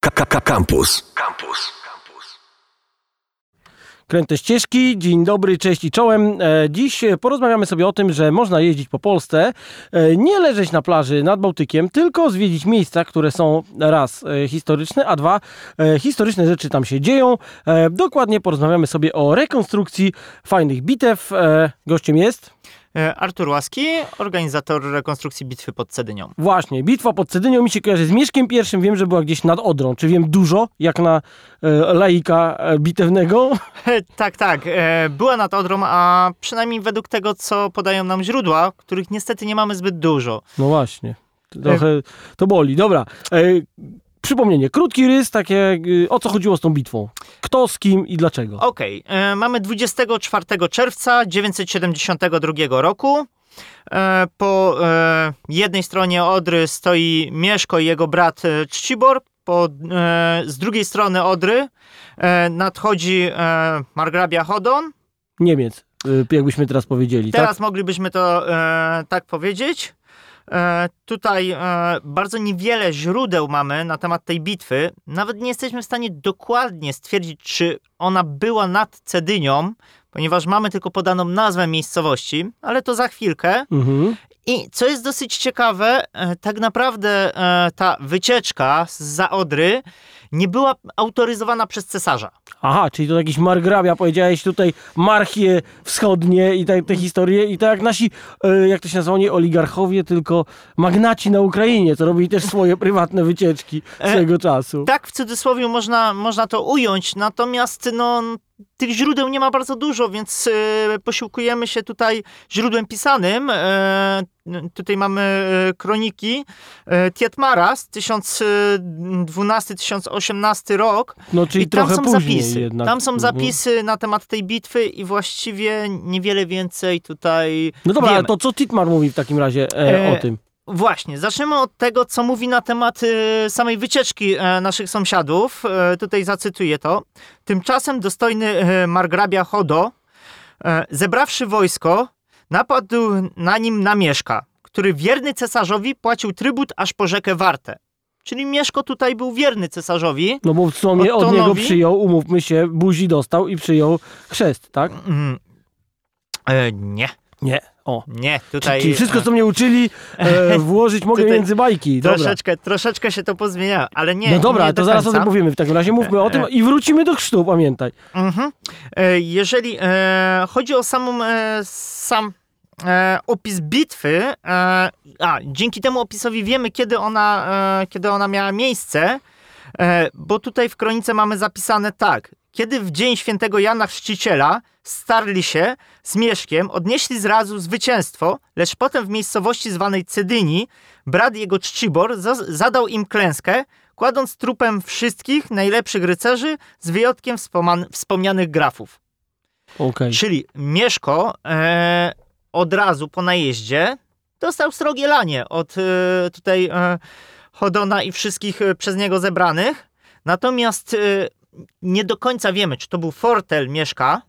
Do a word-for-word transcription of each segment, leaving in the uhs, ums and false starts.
Campus. Campus. Kręte ścieżki, dzień dobry, cześć i czołem. Dziś porozmawiamy sobie o tym, że można jeździć po Polsce, nie leżeć na plaży nad Bałtykiem, tylko zwiedzić miejsca, które są raz historyczne, a dwa historyczne rzeczy tam się dzieją. Dokładnie porozmawiamy sobie o rekonstrukcji fajnych bitew. Gościem jest Artur Łaski, organizator rekonstrukcji bitwy pod Cedynią. Właśnie, bitwa pod Cedynią mi się kojarzy z Mieszkiem I. Wiem, że była gdzieś nad Odrą. Czy wiem dużo, jak na e, laika e, bitewnego? Tak, tak. E, była nad Odrą, a przynajmniej według tego, co podają nam źródła, których niestety nie mamy zbyt dużo. No właśnie. Trochę to boli. Dobra. E, przypomnienie. Krótki rys, takie o co chodziło z tą bitwą. Kto, z kim i dlaczego? Okej. Okay. Mamy dwudziestego czwartego czerwca dziewięćset siedemdziesiątego drugiego roku. E, po e, jednej stronie Odry stoi Mieszko i jego brat Czcibor. Po, e, z drugiej strony Odry e, nadchodzi e, margrabia Hodon. Niemiec, e, jakbyśmy teraz powiedzieli. Teraz tak? moglibyśmy to e, tak powiedzieć. E, tutaj e, bardzo niewiele źródeł mamy na temat tej bitwy. Nawet nie jesteśmy w stanie dokładnie stwierdzić, czy ona była nad Cedynią, ponieważ mamy tylko podaną nazwę miejscowości, ale to za chwilkę. Mhm. I co jest dosyć ciekawe, e, tak naprawdę e, ta wycieczka zza Odry nie była autoryzowana przez cesarza. Aha, czyli to jakiś margrabia, powiedziałeś tutaj marchie wschodnie i te, te historie i tak jak nasi, e, jak to się nazywa, nie oligarchowie, tylko magnaci na Ukrainie, co robili też swoje prywatne wycieczki swego e, czasu. Tak, w cudzysłowie można, można to ująć, natomiast no, tych źródeł nie ma bardzo dużo, więc e, posiłkujemy się tutaj źródłem pisanym. E, tutaj mamy e, kroniki e, Tietmara z tysiąc dwunasty do tysiąc osiemnasty rok. No, czyli i tam trochę są później zapisy. jednak. Tam są zapisy na temat tej bitwy i właściwie niewiele więcej tutaj No dobra, wiemy. ale to co Tietmar mówi w takim razie e, e, o tym? Właśnie, zaczniemy od tego, co mówi na temat y, samej wycieczki y, naszych sąsiadów. Y, tutaj zacytuję to. Tymczasem dostojny y, margrabia Hodo, y, zebrawszy wojsko, napadł na nim na Mieszka, który wierny cesarzowi płacił trybut aż po rzekę Wartę. Czyli Mieszko tutaj był wierny cesarzowi. No bo w sumie od niego przyjął, umówmy się, buzi dostał i przyjął chrzest, tak? Mm, e, nie. Nie. O. Nie, tutaj... Czyli wszystko, co mnie uczyli, e, włożyć mogę między bajki. Dobra. Troszeczkę, troszeczkę się to pozmieniało, ale nie. No dobra, nie to zaraz o tym powiemy. W takim razie mówmy o tym i wrócimy do chrztu, pamiętaj. Mhm. Jeżeli e, chodzi o samą, e, sam e, opis bitwy, e, a dzięki temu opisowi wiemy, kiedy ona, e, kiedy ona miała miejsce, e, bo tutaj w kronice mamy zapisane tak. Kiedy w dzień świętego Jana Chrzciciela starli się z Mieszkiem, odnieśli zrazu zwycięstwo, lecz potem w miejscowości zwanej Cedyni brat jego Czcibor za- zadał im klęskę, kładąc trupem wszystkich najlepszych rycerzy z wyjątkiem wspoman- wspomnianych grafów. Okay. Czyli Mieszko e, od razu po najeździe dostał srogie lanie od e, tutaj e, Hodona i wszystkich e, przez niego zebranych. Natomiast e, nie do końca wiemy, czy to był fortel Mieszka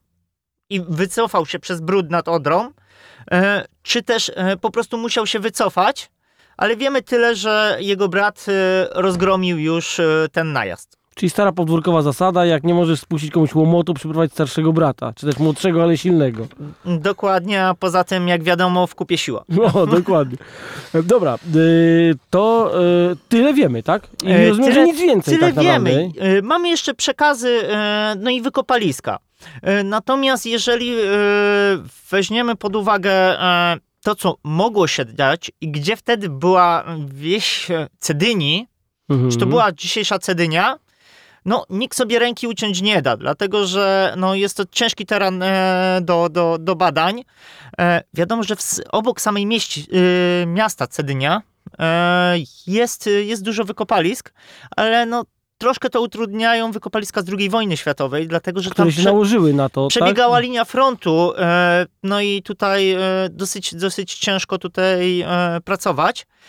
i wycofał się przez brud nad Odrą, e, czy też e, po prostu musiał się wycofać, ale wiemy tyle, że jego brat e, rozgromił już e, ten najazd. Czyli stara podwórkowa zasada, jak nie możesz spuścić komuś łomotu, przyprowadź starszego brata, czy też młodszego, ale silnego. Dokładnie, a poza tym, jak wiadomo, w kupie siła. No, dokładnie. Dobra, y, to y, tyle wiemy, tak? I E, rozumiem, tyle, że nic więcej tyle tak wiemy. naprawdę. E, Mamy jeszcze przekazy, e, no i wykopaliska. E, Natomiast jeżeli e, weźmiemy pod uwagę e, to, co mogło się dać i gdzie wtedy była wieś Cedyni, mhm. czy to była dzisiejsza Cedynia, no nikt sobie ręki uciąć nie da, dlatego że no, jest to ciężki teren e, do, do, do badań. E, wiadomo, że w, obok samej mieści, e, miasta Cedynia e, jest, jest dużo wykopalisk, ale no troszkę to utrudniają wykopaliska z drugiej wojny światowej, dlatego że które tam się prze, nałożyły na to, przebiegała tak? linia frontu, e, no i tutaj e, dosyć, dosyć ciężko tutaj e, pracować.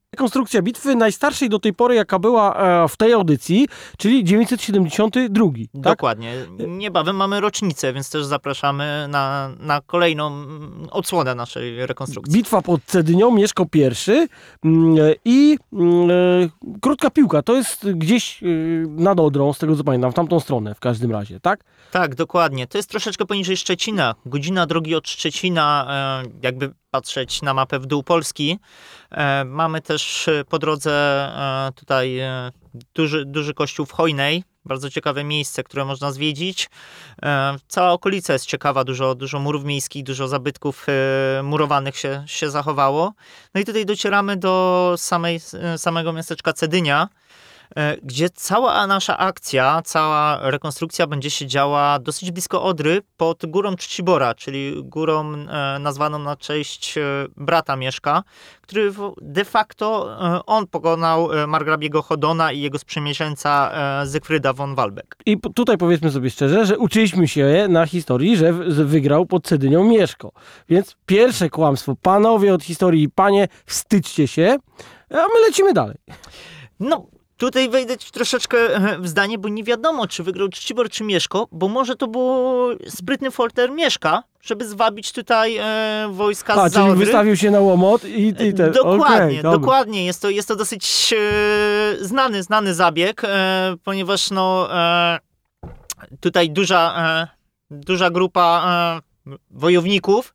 Rekonstrukcja bitwy najstarszej do tej pory, jaka była w tej audycji, czyli dziewięćset siedemdziesiąty drugi. Tak? Dokładnie. Niebawem mamy rocznicę, więc też zapraszamy na, na kolejną odsłonę naszej rekonstrukcji. Bitwa pod Cedynią, Mieszko I i e, krótka piłka. To jest gdzieś nad Odrą, z tego co pamiętam, w tamtą stronę w każdym razie, tak? Tak, dokładnie. To jest troszeczkę poniżej Szczecina. Godzina drogi od Szczecina, e, jakby patrzeć na mapę w dół Polski. E, mamy też po drodze e, tutaj e, duży, duży kościół w Hojnej. Bardzo ciekawe miejsce, które można zwiedzić. E, cała okolica jest ciekawa, dużo, dużo murów miejskich, dużo zabytków e, murowanych się, się zachowało. No i tutaj docieramy do samej, samego miasteczka Cedynia, gdzie cała nasza akcja, cała rekonstrukcja będzie się działa dosyć blisko Odry, pod górą Czcibora, czyli górą e, nazwaną na cześć e, brata Mieszka, który de facto e, on pokonał e, margrabiego Chodona i jego sprzymierzeńca e, Zygfryda von Walbeck. I p- tutaj powiedzmy sobie szczerze, że uczyliśmy się na historii, że w- że wygrał pod Cedynią Mieszko. Więc pierwsze kłamstwo. Panowie od historii, panie, wstydźcie się, a my lecimy dalej. No, tutaj wejdę ci troszeczkę w zdanie, bo nie wiadomo, czy wygrał Czcibor, czy Mieszko, bo może to był sprytny folter Mieszka, żeby zwabić tutaj e, wojska A, z czyli Odry. wystawił się na łomot i, i ten... Dokładnie, okay, dokładnie. Jest to, jest to dosyć e, znany, znany zabieg, e, ponieważ no, e, tutaj duża, e, duża grupa e, wojowników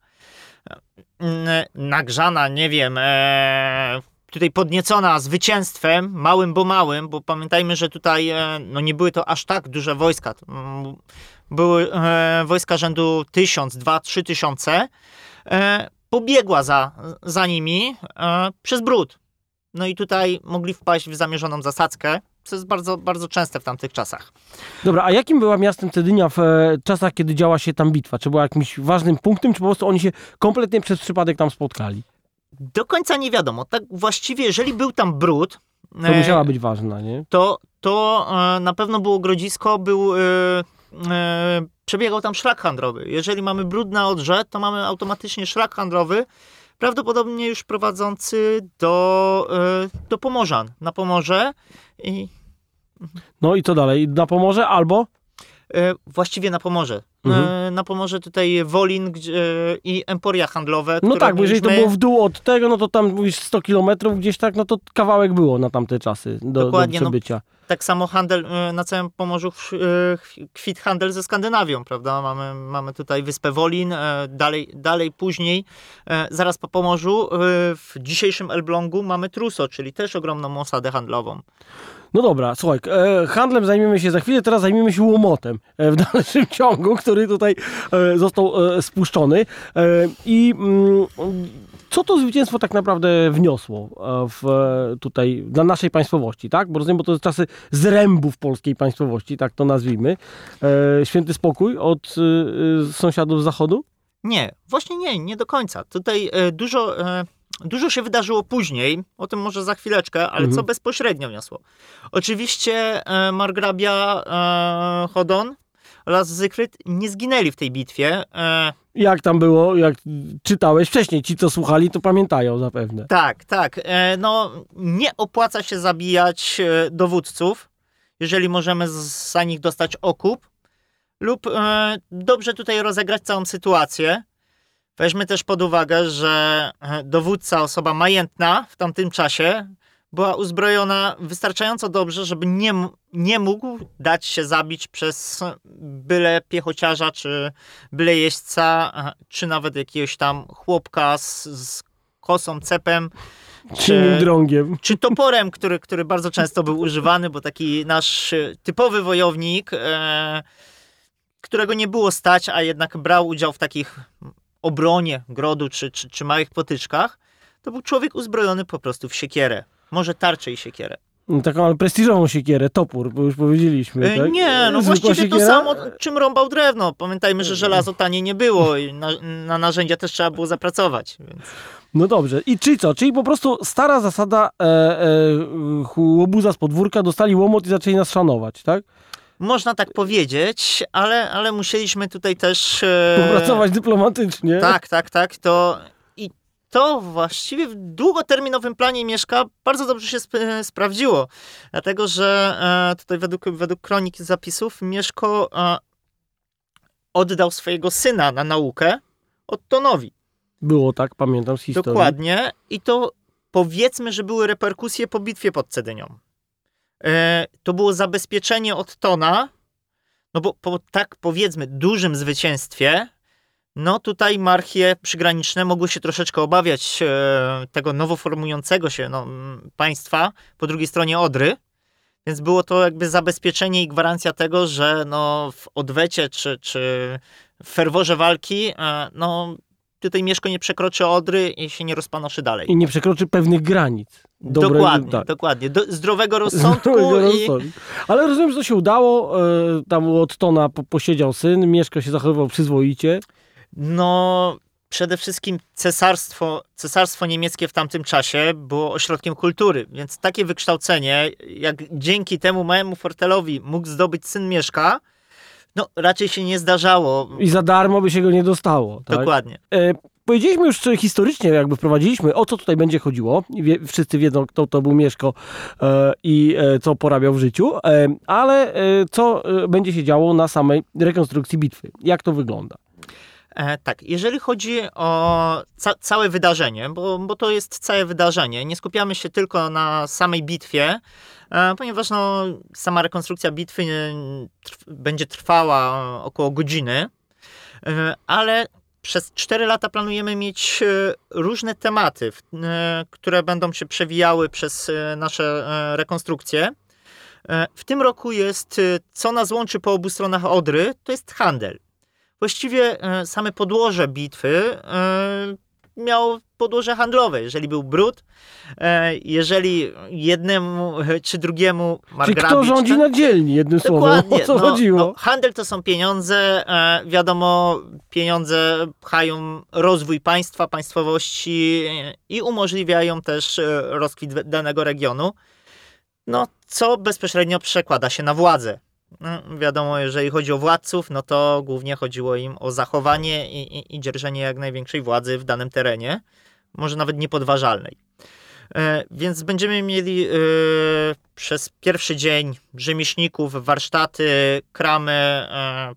e, nagrzana, nie wiem, e, tutaj podniecona zwycięstwem, małym bo małym, bo pamiętajmy, że tutaj e, no nie były to aż tak duże wojska. Były e, wojska rzędu tysiąc, dwa, trzy tysiące. E, pobiegła za, za nimi e, przez Bród. No i tutaj mogli wpaść w zamierzoną zasadzkę, co jest bardzo, bardzo częste w tamtych czasach. Dobra, a jakim była miastem Cedynia w e, czasach, kiedy działa się tam bitwa? Czy była jakimś ważnym punktem, czy po prostu oni się kompletnie przez przypadek tam spotkali? Do końca nie wiadomo. Tak właściwie, jeżeli był tam Bród, To e, musiała być ważna, nie? To, to e, na pewno było grodzisko, był, e, e, przebiegał tam szlak handlowy. Jeżeli mamy Bród na Odrze, to mamy automatycznie szlak handlowy, prawdopodobnie już prowadzący do, e, do Pomorzan, na Pomorze. I... No i co dalej? Na Pomorze albo? E, właściwie na Pomorze. Mhm. E, na Pomorze tutaj Wolin gdzie, e, i emporia handlowe. No tak, bo jeżeli mieliśmy... to było w dół od tego, no to tam mówisz sto kilometrów gdzieś tak, no to kawałek było na tamte czasy do, do przebycia. No, tak samo handel e, na całym Pomorzu e, kwit handel ze Skandynawią, prawda? Mamy, mamy tutaj wyspę Wolin, e, dalej, dalej później, e, zaraz po Pomorzu, e, w dzisiejszym Elblągu mamy Truso, czyli też ogromną osadę handlową. No dobra, słuchaj, e, handlem zajmiemy się za chwilę, teraz zajmiemy się łomotem e, w dalszym ciągu, który tutaj e, został e, spuszczony. E, I mm, co to zwycięstwo tak naprawdę wniosło e, w, e, tutaj dla naszej państwowości, tak? Bo rozumiem, bo to jest czasy zrębów polskiej państwowości, tak to nazwijmy. E, święty spokój od e, sąsiadów z zachodu? Nie, właśnie nie, nie do końca. Tutaj e, dużo... E... Dużo się wydarzyło później, o tym może za chwileczkę, ale mhm. co bezpośrednio wniosło. Oczywiście e, margrabia e, Chodon oraz Zygfryd nie zginęli w tej bitwie. E, jak tam było, jak czytałeś wcześniej, ci co słuchali, to pamiętają zapewne. Tak, tak. E, no, nie opłaca się zabijać e, dowódców, jeżeli możemy z, za nich dostać okup, lub e, dobrze tutaj rozegrać całą sytuację. Weźmy też pod uwagę, że dowódca, osoba majętna w tamtym czasie była uzbrojona wystarczająco dobrze, żeby nie, nie mógł dać się zabić przez byle piechociarza, czy byle jeźdźca, czy nawet jakiegoś tam chłopka z, z kosą, cepem, czy, drągiem. czy toporem, który, który bardzo często był używany, bo taki nasz typowy wojownik, e, którego nie było stać, a jednak brał udział w takich obronie grodu czy, czy, czy małych potyczkach, to był człowiek uzbrojony po prostu w siekierę. Może tarczę i siekierę. Taką ale prestiżową siekierę, topór, bo już powiedzieliśmy, e, tak? Nie, no Zwykła właściwie siekiera? to samo, czym rąbał drewno. Pamiętajmy, że żelazo tanie nie było i na, na narzędzia też trzeba było zapracować. Więc... No dobrze. I czyli co? Czyli po prostu stara zasada e, e, łobuza z podwórka, dostali łomot i zaczęli nas szanować, tak? Można tak powiedzieć, ale, ale musieliśmy tutaj też... E... Popracować dyplomatycznie. Tak, tak, tak. To... I to właściwie w długoterminowym planie Mieszka bardzo dobrze się sp- sprawdziło. Dlatego, że e, tutaj według, według kroniki zapisów Mieszko e, oddał swojego syna na naukę Ottonowi. Było tak, pamiętam z historii. Dokładnie. I to powiedzmy, że były reperkusje po bitwie pod Cedynią. E, to było zabezpieczenie Ottona, no bo po tak powiedzmy dużym zwycięstwie, no tutaj marchie przygraniczne mogły się troszeczkę obawiać e, tego nowo formującego się no, państwa po drugiej stronie Odry, więc było to jakby zabezpieczenie i gwarancja tego, że no, w odwecie czy, czy w ferworze walki e, no, tutaj Mieszko nie przekroczy Odry i się nie rozpanoszy dalej. I nie przekroczy pewnych granic. Dobre, dokładnie, tak. dokładnie. Do, zdrowego rozsądku. Zdrowego i... rozsądku. Ale rozumiem, że to się udało. E, tam u Ottona po, posiedział syn, Mieszko się zachowywał przyzwoicie. No, przede wszystkim cesarstwo, cesarstwo niemieckie w tamtym czasie było ośrodkiem kultury, więc takie wykształcenie, jak dzięki temu małemu fortelowi mógł zdobyć syn Mieszka, no raczej się nie zdarzało. I za darmo by się go nie dostało. Tak? Dokładnie. E, powiedzieliśmy już historycznie, jakby wprowadziliśmy, o co tutaj będzie chodziło. Wie, wszyscy wiedzą, kto to był Mieszko e, i e, co porabiał w życiu, e, ale e, co e, będzie się działo na samej rekonstrukcji bitwy? Jak to wygląda? E, tak, jeżeli chodzi o ca- całe wydarzenie, bo, bo to jest całe wydarzenie, nie skupiamy się tylko na samej bitwie, e, ponieważ no, sama rekonstrukcja bitwy trw- będzie trwała około godziny, e, ale przez cztery lata planujemy mieć e, różne tematy, w, e, które będą się przewijały przez e, nasze e, rekonstrukcje. E, w tym roku jest, e, co nas łączy po obu stronach Odry, to jest handel. Właściwie e, same podłoże bitwy e, miało podłoże handlowe. Jeżeli był brud, e, jeżeli jednemu e, czy drugiemu Czyli kto rządzi tak? na dzielni, jednym słowem, o co no, chodziło? No, handel to są pieniądze. E, wiadomo, pieniądze pchają rozwój państwa, państwowości e, i umożliwiają też e, rozkwit danego regionu. No, co bezpośrednio przekłada się na władzę. No, wiadomo, jeżeli chodzi o władców, no to głównie chodziło im o zachowanie i, i, i dzierżenie jak największej władzy w danym terenie, może nawet niepodważalnej. E, więc będziemy mieli e, przez pierwszy dzień rzemieślników, warsztaty, kramy. E,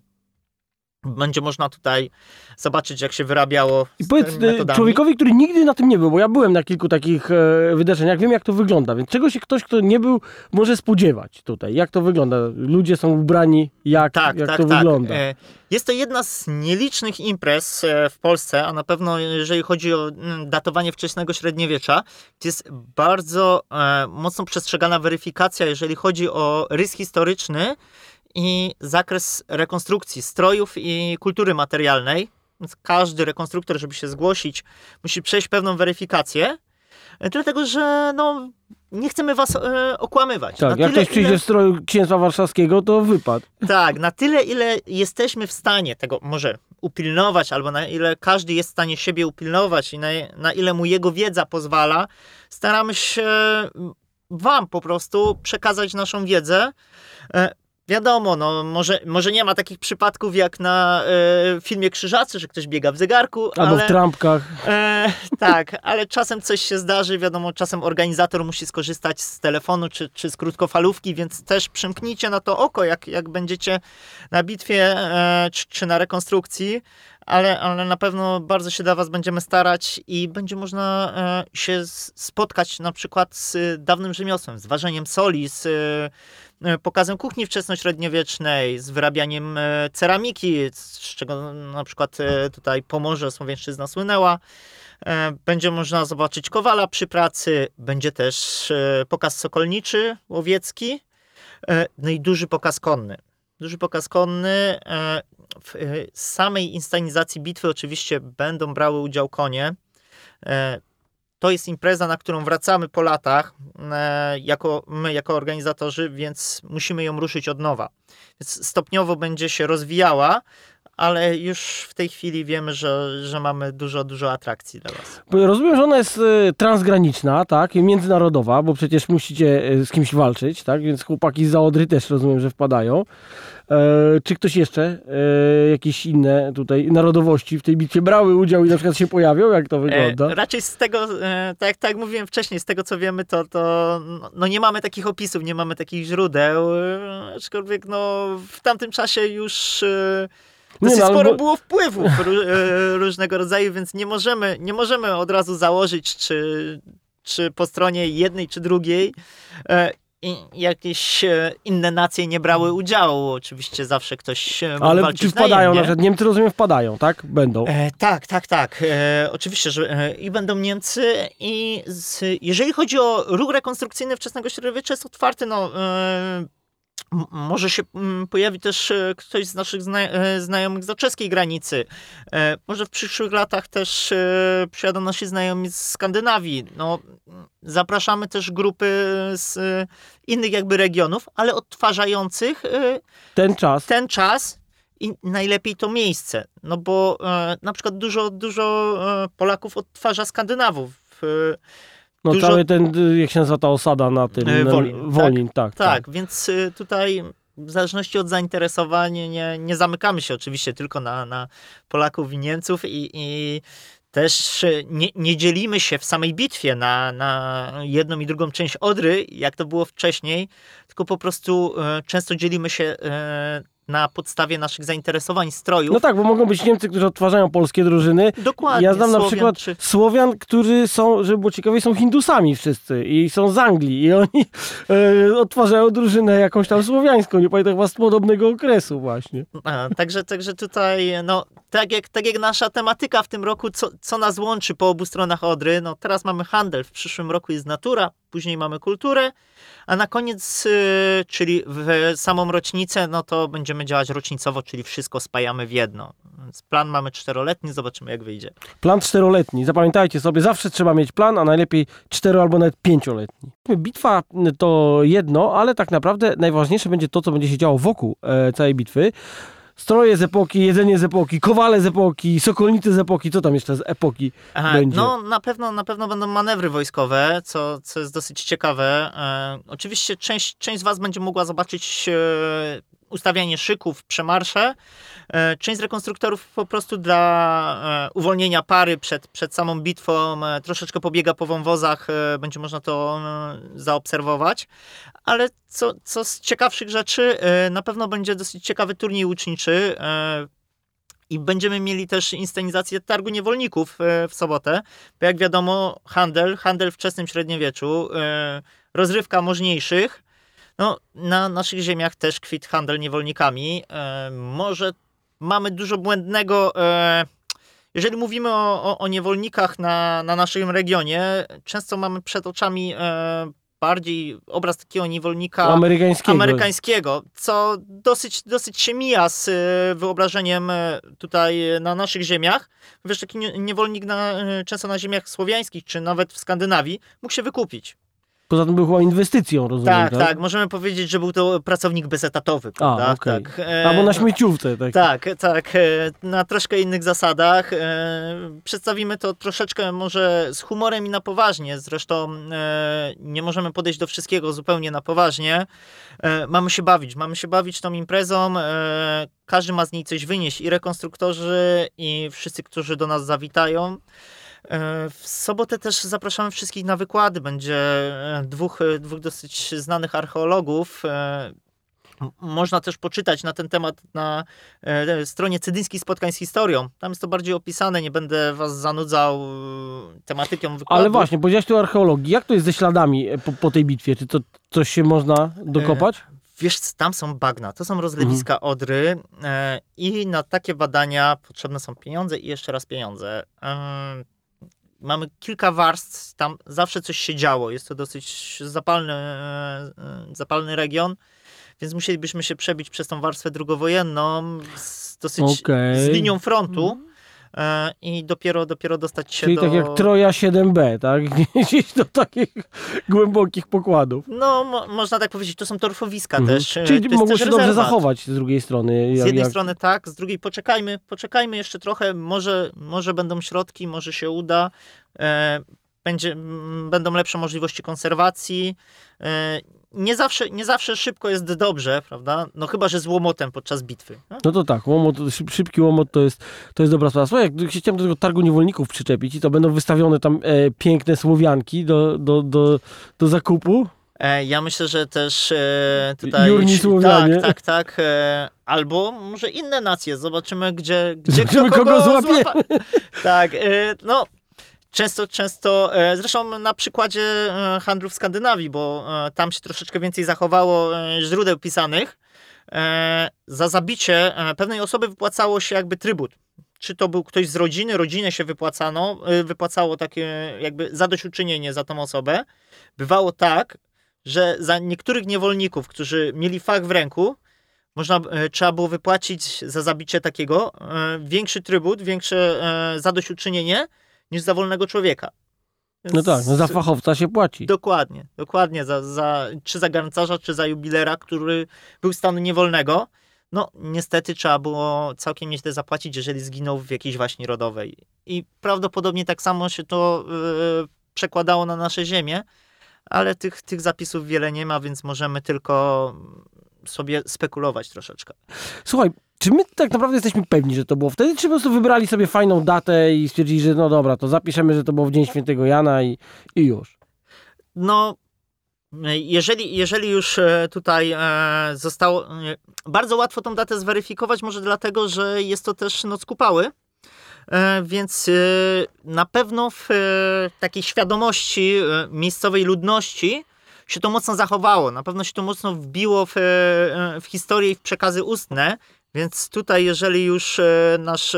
będzie można tutaj zobaczyć, jak się wyrabiało. I powiedz człowiekowi, który nigdy na tym nie był, bo ja byłem na kilku takich e, wydarzeniach, wiem jak to wygląda, więc czego się ktoś, kto nie był, może spodziewać tutaj? Jak to wygląda? Ludzie są ubrani, jak, jak tak, to tak. wygląda? E, jest to jedna z nielicznych imprez w Polsce, a na pewno jeżeli chodzi o datowanie wczesnego średniowiecza, to jest bardzo e, mocno przestrzegana weryfikacja, jeżeli chodzi o rys historyczny i zakres rekonstrukcji strojów i kultury materialnej. Więc każdy rekonstruktor, żeby się zgłosić, musi przejść pewną weryfikację, dlatego że no, nie chcemy was e, okłamywać. Tak, na jak tyle, ktoś przyjdzie ile... w stroju księstwa warszawskiego, to wypad. Tak, na tyle, ile jesteśmy w stanie tego może upilnować, albo na ile każdy jest w stanie siebie upilnować i na, na ile mu jego wiedza pozwala, staramy się wam po prostu przekazać naszą wiedzę. E, Wiadomo, no może, może nie ma takich przypadków jak na e, filmie Krzyżacy, że ktoś biega w zegarku. Albo ale, w trampkach. E, tak, ale czasem coś się zdarzy, wiadomo, czasem organizator musi skorzystać z telefonu czy, czy z krótkofalówki, więc też przymknijcie na to oko, jak, jak będziecie na bitwie e, czy, czy na rekonstrukcji, ale, ale na pewno bardzo się dla was będziemy starać i będzie można e, się spotkać na przykład z dawnym rzemiosłem, z ważeniem soli, z e, pokazem kuchni wczesnośredniowiecznej, z wyrabianiem e, ceramiki, z czego na przykład e, tutaj Pomorze, Słowiańszczyzna słynęła. E, będzie można zobaczyć kowala przy pracy, będzie też e, pokaz sokolniczy, łowiecki, e, no i duży pokaz konny. Duży pokaz konny. E, w e, samej inscenizacji bitwy oczywiście będą brały udział konie. E, To jest impreza, na którą wracamy po latach, e, jako, my jako organizatorzy, więc musimy ją ruszyć od nowa. Więc stopniowo będzie się rozwijała, ale już w tej chwili wiemy, że, że mamy dużo, dużo atrakcji dla was. Bo rozumiem, że ona jest e, transgraniczna, tak, i międzynarodowa, bo przecież musicie e, z kimś walczyć, tak, więc chłopaki z Zaodry też rozumiem, że wpadają. E, czy ktoś jeszcze, e, jakieś inne tutaj narodowości w tej bitwie brały udział i na przykład się pojawią? Jak to wygląda? E, raczej z tego, e, tak, tak jak mówiłem wcześniej, z tego co wiemy, to, to no nie mamy takich opisów, nie mamy takich źródeł, e, aczkolwiek no w tamtym czasie już e, dosyć Nie, no, sporo bo... było wpływów e, różnego rodzaju, więc nie możemy, nie możemy od razu założyć, czy, czy po stronie jednej, czy drugiej e, i jakieś inne nacje nie brały udziału. Oczywiście zawsze ktoś mógł Ale walczyć czy wpadają, najemnie. na przykład Niemcy rozumiem wpadają, tak? Będą. E, tak, tak, tak. E, oczywiście, że e, i będą Niemcy i z, jeżeli chodzi o ruch rekonstrukcyjny wczesnego średniowiecza jest otwarty, no e, m- może się m, pojawi też e, ktoś z naszych zna, e, znajomych z czeskiej granicy. E, może w przyszłych latach też e, przyjadą nasi znajomi z Skandynawii. No, zapraszamy też grupy z e, innych jakby regionów, ale odtwarzających e, Ten czas. ten czas i najlepiej to miejsce. No bo e, na przykład dużo, dużo e, Polaków odtwarza Skandynawów. E, No dużo- cały ten, jak się nazywa ta osada na tym. E, na- Wolin, Wolin, tak. tak, tak. więc e, tutaj w zależności od zainteresowań nie, nie zamykamy się oczywiście tylko na, na Polaków i Niemców i, i też e, nie, nie dzielimy się w samej bitwie na, na jedną i drugą część Odry, jak to było wcześniej, tylko po prostu e, często dzielimy się e, na podstawie naszych zainteresowań strojów. No tak, bo mogą być Niemcy, którzy odtwarzają polskie drużyny. Dokładnie. Ja znam na Słowian przykład czy- Słowian, którzy są, żeby było ciekawie, są Hindusami wszyscy i są z Anglii i oni e, odtwarzają drużynę jakąś tam słowiańską, nie pamiętam chyba z podobnego okresu właśnie. A, także, także tutaj, no, tak jak, tak jak nasza tematyka w tym roku, co, co nas łączy po obu stronach Odry, no teraz mamy handel, w przyszłym roku jest natura, później mamy kulturę, a na koniec, y, czyli w samą rocznicę, no to będziemy działać rocznicowo, czyli wszystko spajamy w jedno. Więc plan mamy czteroletni, zobaczymy jak wyjdzie. Plan czteroletni. Zapamiętajcie sobie, zawsze trzeba mieć plan, a najlepiej cztero albo nawet pięcioletni. Bitwa to jedno, ale tak naprawdę najważniejsze będzie to, co będzie się działo wokół e, całej bitwy. Stroje z epoki, jedzenie z epoki, kowale z epoki, sokolnicy z epoki, co tam jeszcze z epoki Aha, będzie? no na pewno, na pewno będą manewry wojskowe, co, co jest dosyć ciekawe. E, oczywiście część, część z was będzie mogła zobaczyć e, ustawianie szyków, przemarsze. E, część z rekonstruktorów po prostu dla e, uwolnienia pary przed, przed samą bitwą e, troszeczkę pobiega po wąwozach, e, będzie można to e, zaobserwować. Ale co, co z ciekawszych rzeczy, e, na pewno będzie dosyć ciekawy turniej łuczniczy. E, I będziemy mieli też inscenizację targu niewolników e, w sobotę, bo jak wiadomo handel, handel w wczesnym średniowieczu, e, rozrywka możniejszych. No, na naszych ziemiach też kwit handel niewolnikami. E, może mamy dużo błędnego, e, jeżeli mówimy o, o, o niewolnikach na, na naszym regionie, często mamy przed oczami e, bardziej obraz takiego niewolnika Amerykańskiego. amerykańskiego, co dosyć, dosyć się mija z e, wyobrażeniem e, tutaj na naszych ziemiach. Wiesz, taki nie- niewolnik na, e, często na ziemiach słowiańskich, czy nawet w Skandynawii, mógł się wykupić. Poza tym był chyba inwestycją, rozumiem, Tak, tak? tak, możemy powiedzieć, że był to pracownik bezetatowy, prawda? A, okej. Tak. E, Albo na śmieciówce. Tak. tak, tak, e, na troszkę innych zasadach. E, Przedstawimy to troszeczkę może z humorem i na poważnie. Zresztą e, nie możemy podejść do wszystkiego zupełnie na poważnie. E, Mamy się bawić, mamy się bawić tą imprezą. E, Każdy ma z niej coś wynieść, i rekonstruktorzy, i wszyscy, którzy do nas zawitają. E, W sobotę też zapraszamy wszystkich na wykłady. Będzie e, dwóch, e, dwóch dosyć znanych archeologów. E, M- Można też poczytać na ten temat na e, stronie Cedyńskich Spotkań z Historią. Tam jest to bardziej opisane, nie będę was zanudzał e, tematyką wykładu. Ale właśnie, powiedziałeś tu o archeologii. Jak to jest ze śladami po, po tej bitwie? Czy to coś się można dokopać? Wiesz, co, tam są bagna, to są rozlewiska Odry e, i na takie badania potrzebne są pieniądze i jeszcze raz pieniądze. E, Mamy kilka warstw, tam zawsze coś się działo. Jest to dosyć zapalny, e, zapalny region, więc musielibyśmy się przebić przez tą warstwę drugowojenną z, dosyć Okej. z linią frontu. i dopiero, dopiero dostać się Czyli do... tak jak Troja siedem B, tak? Gdzieś do takich głębokich pokładów. No, mo- można tak powiedzieć, to są torfowiska Mhm. też. Czyli to mogą też się dobrze rezerwat. zachować z drugiej strony. Z Jak, jednej jak... strony tak, z drugiej poczekajmy, poczekajmy jeszcze trochę, może, może będą środki, może się uda, e, będzie, m, będą lepsze możliwości konserwacji. E, nie, zawsze, nie zawsze szybko jest dobrze, prawda? No chyba, że z łomotem podczas bitwy. No? No to tak, łomot, szyb, szybki łomot to jest, to jest dobra sprawa. Słuchaj, jak się chciałem do tego targu niewolników przyczepić i to będą wystawione tam e, piękne słowianki do, do, do, do zakupu. E, ja myślę, że też e, tutaj... Jurni Słowianie. Tak, tak, tak. E, albo może inne nacje. Zobaczymy, gdzie, gdzie Zobaczymy, kto kogo, kogo złapie. złapa. Tak, e, no... Często, często, e, zresztą na przykładzie e, handlu w Skandynawii, bo e, tam się troszeczkę więcej zachowało e, źródeł pisanych, e, za zabicie e, pewnej osoby wypłacało się jakby trybut. Czy to był ktoś z rodziny, rodzinę się wypłacano, e, wypłacało takie jakby zadośćuczynienie za tą osobę. Bywało tak, że za niektórych niewolników, którzy mieli fach w ręku, można, e, trzeba było wypłacić za zabicie takiego e, większy trybut, większe e, zadośćuczynienie, niż za wolnego człowieka. Więc No tak, no za fachowca się płaci. Dokładnie, dokładnie. Za, za, czy za garncarza, czy za jubilera, który był stanu niewolnego. No niestety trzeba było całkiem nieźle zapłacić, jeżeli zginął w jakiejś waśni rodowej. I prawdopodobnie tak samo się to yy, przekładało na nasze ziemię, ale tych, tych zapisów wiele nie ma, więc możemy tylko sobie spekulować troszeczkę. Słuchaj, czy my tak naprawdę jesteśmy pewni, że to było wtedy, czy po prostu wybrali sobie fajną datę i stwierdzili, że no dobra, to zapiszemy, że to było w Dzień Świętego Jana i, i już? No, jeżeli, jeżeli już tutaj zostało... Bardzo łatwo tą datę zweryfikować, może dlatego, że jest to też Noc Kupały, więc na pewno w takiej świadomości miejscowej ludności się to mocno zachowało. Na pewno się to mocno wbiło w, w historię i w przekazy ustne, więc tutaj jeżeli już nasz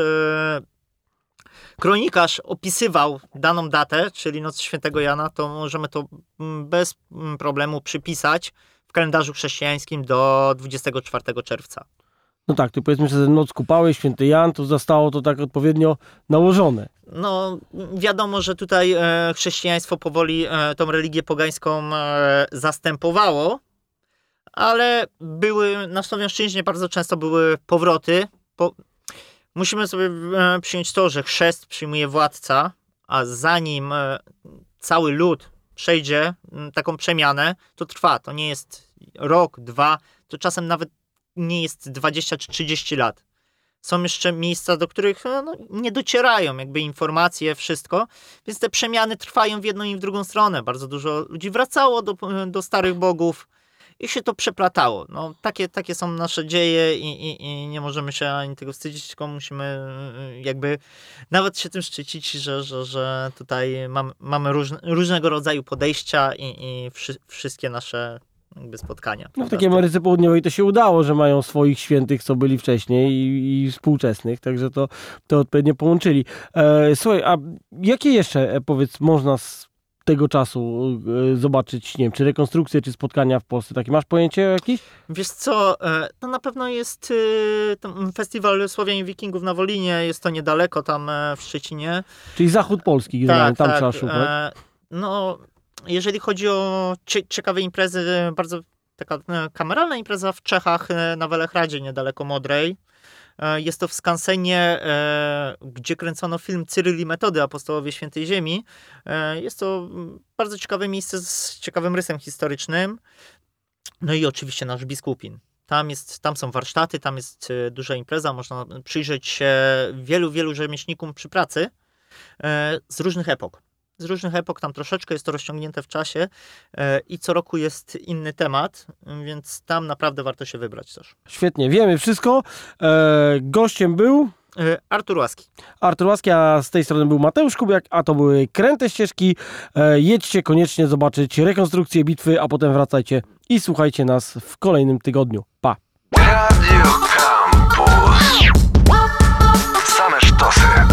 kronikarz opisywał daną datę, czyli Noc Świętego Jana, to możemy to bez problemu przypisać w kalendarzu chrześcijańskim do dwudziestego czwartego czerwca. No tak, to powiedzmy, że Noc Kupały, Święty Jan, to zostało to tak odpowiednio nałożone. No, wiadomo, że tutaj e, chrześcijaństwo powoli e, tą religię pogańską e, zastępowało, ale były, na Słowiańszczyźnie bardzo często były powroty. Po, musimy sobie e, przyjąć to, że chrzest przyjmuje władca, a zanim e, cały lud przejdzie m, taką przemianę, to trwa. To nie jest rok, dwa, to czasem nawet nie jest dwadzieścia czy trzydzieści lat. Są jeszcze miejsca, do których no, nie docierają jakby informacje, wszystko, więc te przemiany trwają w jedną i w drugą stronę. Bardzo dużo ludzi wracało do, do starych bogów i się to przeplatało. No, takie, takie są nasze dzieje i, i, i nie możemy się ani tego wstydzić, tylko musimy jakby nawet się tym szczycić, że, że, że tutaj mamy, mamy różne, różnego rodzaju podejścia i, i wszy, wszystkie nasze jakby spotkania. No w takiej Ameryce Południowej to się udało, że mają swoich świętych, co byli wcześniej i, i współczesnych, także to, to odpowiednio połączyli. E, słuchaj, a jakie jeszcze, e, powiedz, można z tego czasu e, zobaczyć, nie wiem, czy rekonstrukcje, czy spotkania w Polsce? Takie masz pojęcie jakieś? Wiesz co, e, to na pewno jest e, tam Festiwal Słowian i Wikingów na Wolinie, jest to niedaleko tam e, w Szczecinie. Czyli zachód Polski, tak, tam tak, trzeba szukać. E, no, jeżeli chodzi o cie, ciekawe imprezy, bardzo taka kameralna impreza w Czechach na Welehradzie, niedaleko Modrej. Jest to w skansenie, gdzie kręcono film Cyryl i Metody, Apostołowie Świętej Ziemi. Jest to bardzo ciekawe miejsce z ciekawym rysem historycznym. No i oczywiście nasz Biskupin. Tam, jest, tam są warsztaty, tam jest duża impreza, można przyjrzeć się wielu, wielu rzemieślnikom przy pracy z różnych epok. Z różnych epok, tam troszeczkę jest to rozciągnięte w czasie e, i co roku jest inny temat, więc tam naprawdę warto się wybrać też. Świetnie, wiemy wszystko. E, gościem był E, Artur Łaski. Artur Łaski, a z tej strony był Mateusz Kubiak, a to były Kręte Ścieżki. E, jedźcie koniecznie zobaczyć rekonstrukcję bitwy, a potem wracajcie i słuchajcie nas w kolejnym tygodniu. Pa! Radio Campus. Same sztosy.